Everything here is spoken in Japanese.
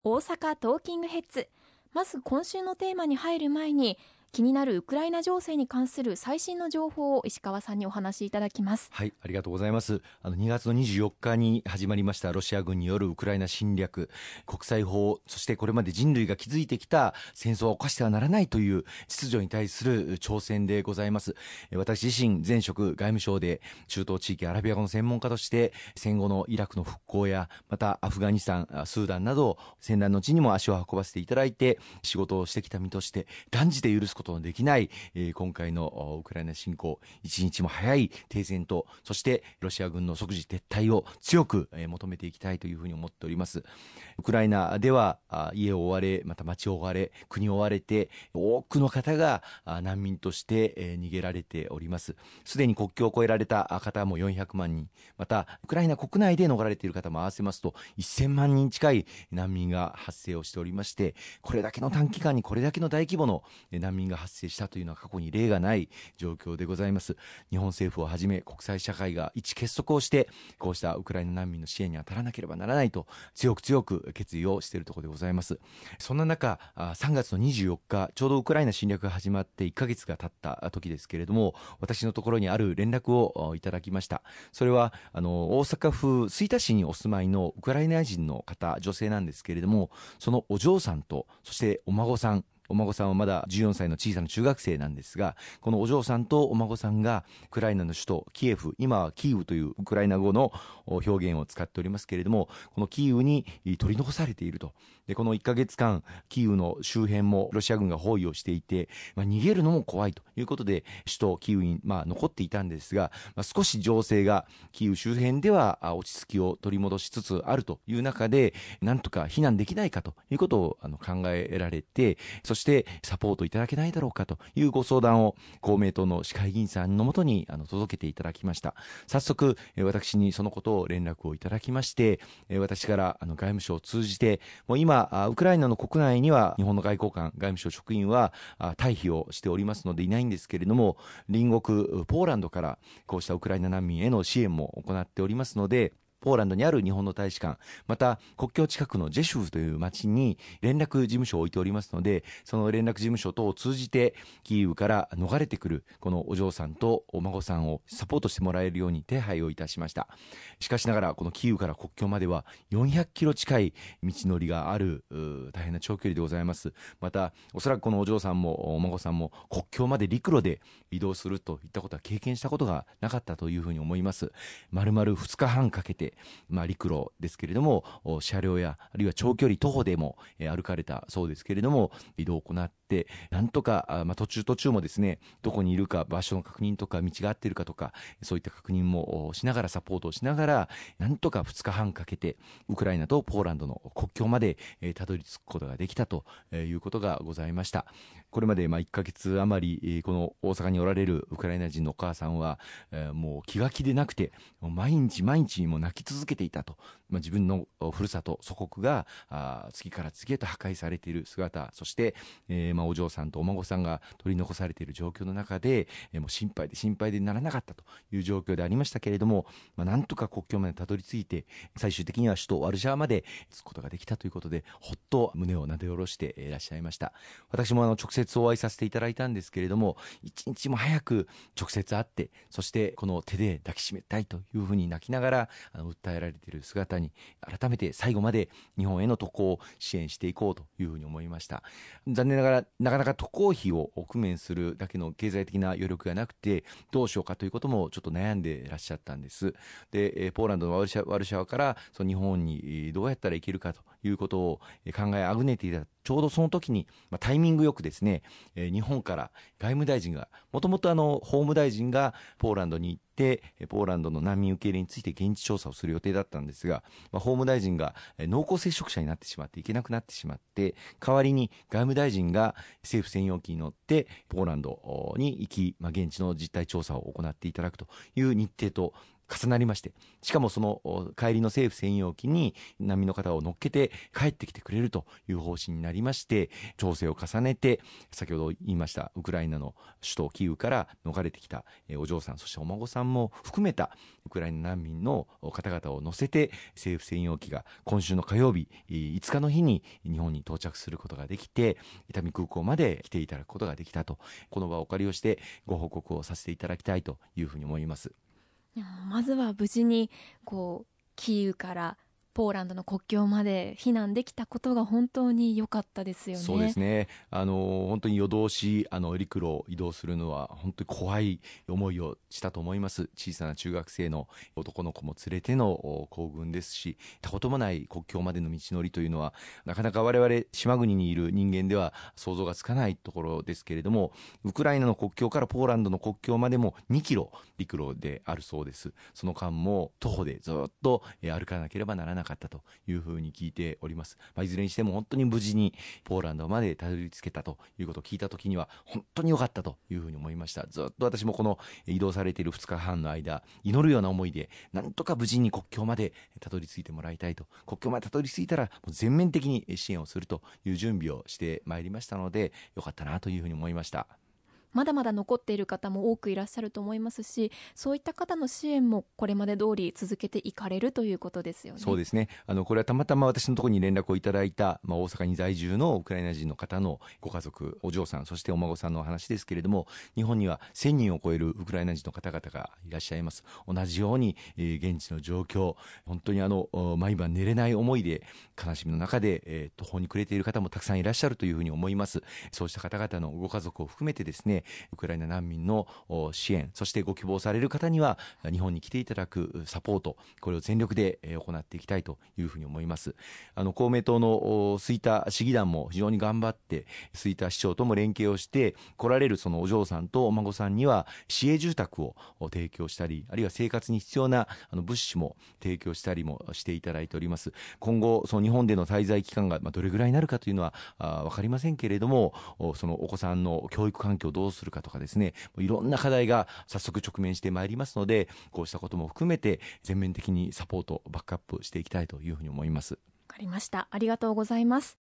大阪トーキングヘッズ。まず今週のテーマに入る前に、気になるウクライナ情勢に関する最新の情報を石川さんにお話しいただきます。 はい、ありがとうございます。2月の24日に始まりましたロシア軍によるウクライナ侵略、国際法、そしてこれまで人類が築いてきた戦争を犯してはならないという秩序に対する挑戦でございます。私自身前職外務省で中東地域アラビア語の専門家として戦後のイラクの復興やまたアフガニスタン、スーダンなど戦乱の地にも足を運ばせていただいて仕事をしてきた身として断じて許すことのできない、今回のウクライナ侵攻、一日も早い停戦と、そしてロシア軍の即時撤退を強く求めていきたいというふうに思っております。ウクライナでは家を追われ、また町を追われ、国を追われて多くの方が難民として逃げられております。すでに国境を越えられた方も400万人、またウクライナ国内で逃れている方も合わせますと1000万人近い難民が発生をしておりまして、これだけの短期間にこれだけの大規模の難民が発生したというのは過去に例がない状況でございます。日本政府をはじめ国際社会が一致結束をしてこうしたウクライナ難民の支援に当たらなければならないと強く決意をしているところでございます。そんな中、3月の24日ちょうどウクライナ侵略が始まって1ヶ月が経った時ですけれども、私のところにある連絡をいただきました。それは大阪府吹田市にお住まいのウクライナ人の方、女性なんですけれども、そのお嬢さんとそしてお孫さんはまだ14歳の小さな中学生なんですが、このお嬢さんとお孫さんがウクライナの首都キエフ、今はキーウというウクライナ語の表現を使っておりますけれども、このキーウに取り残されていると。でこの1ヶ月間キーウの周辺もロシア軍が包囲をしていて、逃げるのも怖いということで首都キーウに残っていたんですが、少し情勢がキーウ周辺では落ち着きを取り戻しつつあるという中で、なんとか避難できないかということを考えられて、そしてサポートいただけないだろうかというご相談を公明党の市会議員さんのもとに届けていただきました。早速私にそのことを連絡をいただきまして、私から外務省を通じて、もう今ウクライナの国内には日本の外交官、外務省職員は退避をしておりますのでいないんですけれども、隣国ポーランドからこうしたウクライナ難民への支援も行っておりますので、ポーランドにある日本の大使館、また国境近くのジェシュフという町に連絡事務所を置いておりますので、その連絡事務所等を通じてキーウから逃れてくるこのお嬢さんとお孫さんをサポートしてもらえるように手配をいたしました。しかしながらこのキーウから国境までは400キロ近い道のりがある大変な長距離でございます。またおそらくこのお嬢さんもお孫さんも国境まで陸路で移動するといったことは経験したことがなかったというふうに思います。丸々2日半かけて陸路ですけれども車両やあるいは長距離徒歩でも歩かれたそうですけれども、移動を行ってなんとか途中もですね、どこにいるか場所の確認とか道が合っているかとかそういった確認もしながら、サポートをしながらなんとか2日半かけてウクライナとポーランドの国境までたどり着くことができたということがございました。これまで1ヶ月余りこの大阪におられるウクライナ人のお母さんはもう気が気でなくて毎日も泣き続けていたと。自分のふるさと祖国が次から次へと破壊されている姿、そして、お嬢さんとお孫さんが取り残されている状況の中で、もう心配でならなかったという状況でありましたけれども、なんとか国境までたどり着いて最終的には首都ワルシャワまで着くことができたということで、ほっと胸をなで下ろしていらっしゃいました。私も直接お会いさせていただいたんですけれども、一日も早く直接会って、そしてこの手で抱きしめたいというふうに泣きながら訴えられている姿に改めて最後まで日本への渡航を支援していこうというふうに思いました。残念ながらなかなか渡航費を工面するだけの経済的な余力がなくて、どうしようかということもちょっと悩んでいらっしゃったんです。でポーランドのワルシャワからその日本にどうやったら行けるかということを考えあぐねていたちょうどその時に、タイミングよくですね、日本から外務大臣が、もともと法務大臣がポーランドに行って、ポーランドの難民受け入れについて現地調査をする予定だったんですが、法務大臣が濃厚接触者になってしまって行けなくなってしまって、代わりに外務大臣が政府専用機に乗ってポーランドに行き、現地の実態調査を行っていただくという日程と重なりまして、しかもその帰りの政府専用機に難民の方を乗っけて帰ってきてくれるという方針になりまして、調整を重ねて先ほど言いましたウクライナの首都キーウから逃れてきたお嬢さん、そしてお孫さんも含めたウクライナ難民の方々を乗せて政府専用機が今週の火曜日5日の日に日本に到着することができて、伊丹空港まで来ていただくことができたと、この場をお借りをしてご報告をさせていただきたいというふうに思います。 まずは無事にキーウからポーランドの国境まで避難できたことが本当に良かったですよね。 そうですね。本当に夜通し陸路を移動するのは本当に怖い思いをしたと思います。小さな中学生の男の子も連れての行軍ですし、たこともない国境までの道のりというのはなかなか我々島国にいる人間では想像がつかないところですけれども、ウクライナの国境からポーランドの国境までも2キロ陸路であるそうです。その間も徒歩でずっと歩かなければならなかったというふうに聞いております。いずれにしても本当に無事にポーランドまでたどり着けたということを聞いたときには本当に良かったというふうに思いました。ずっと私もこの移動されている2日半の間祈るような思いで、なんとか無事に国境までたどり着いてもらいたいと、国境までたどり着いたらもう全面的に支援をするという準備をしてまいりましたので、良かったなというふうに思いました。 まだまだ残っている方も多くいらっしゃると思いますし、そういった方の支援もこれまで通り続けていかれるということですよね。 そうですね。これはたまたま私のところに連絡をいただいた、大阪に在住のウクライナ人の方のご家族、お嬢さん、そしてお孫さんの話ですけれども、日本には1000人を超えるウクライナ人の方々がいらっしゃいます。同じように、現地の状況、本当に毎晩寝れない思いで悲しみの中で、途方に暮れている方もたくさんいらっしゃるというふうに思います。そうした方々のご家族を含めてですね、ウクライナ難民の支援、そしてご希望される方には日本に来ていただくサポート、これを全力で行っていきたいというふうに思います。公明党の吹田市議団も非常に頑張って吹田市長とも連携をして来られるそのお嬢さんとお孫さんには市営住宅を提供したり、あるいは生活に必要な物資も提供したりもしていただいております。今後その日本での滞在期間がどれぐらいになるかというのは分かりませんけれども、そのお子さんの教育環境をどうするかとかですね、いろんな課題が早速直面してまいりますので、こうしたことも含めて全面的にサポートバックアップしていきたいというふうに思います。 わかりました。ありがとうございます。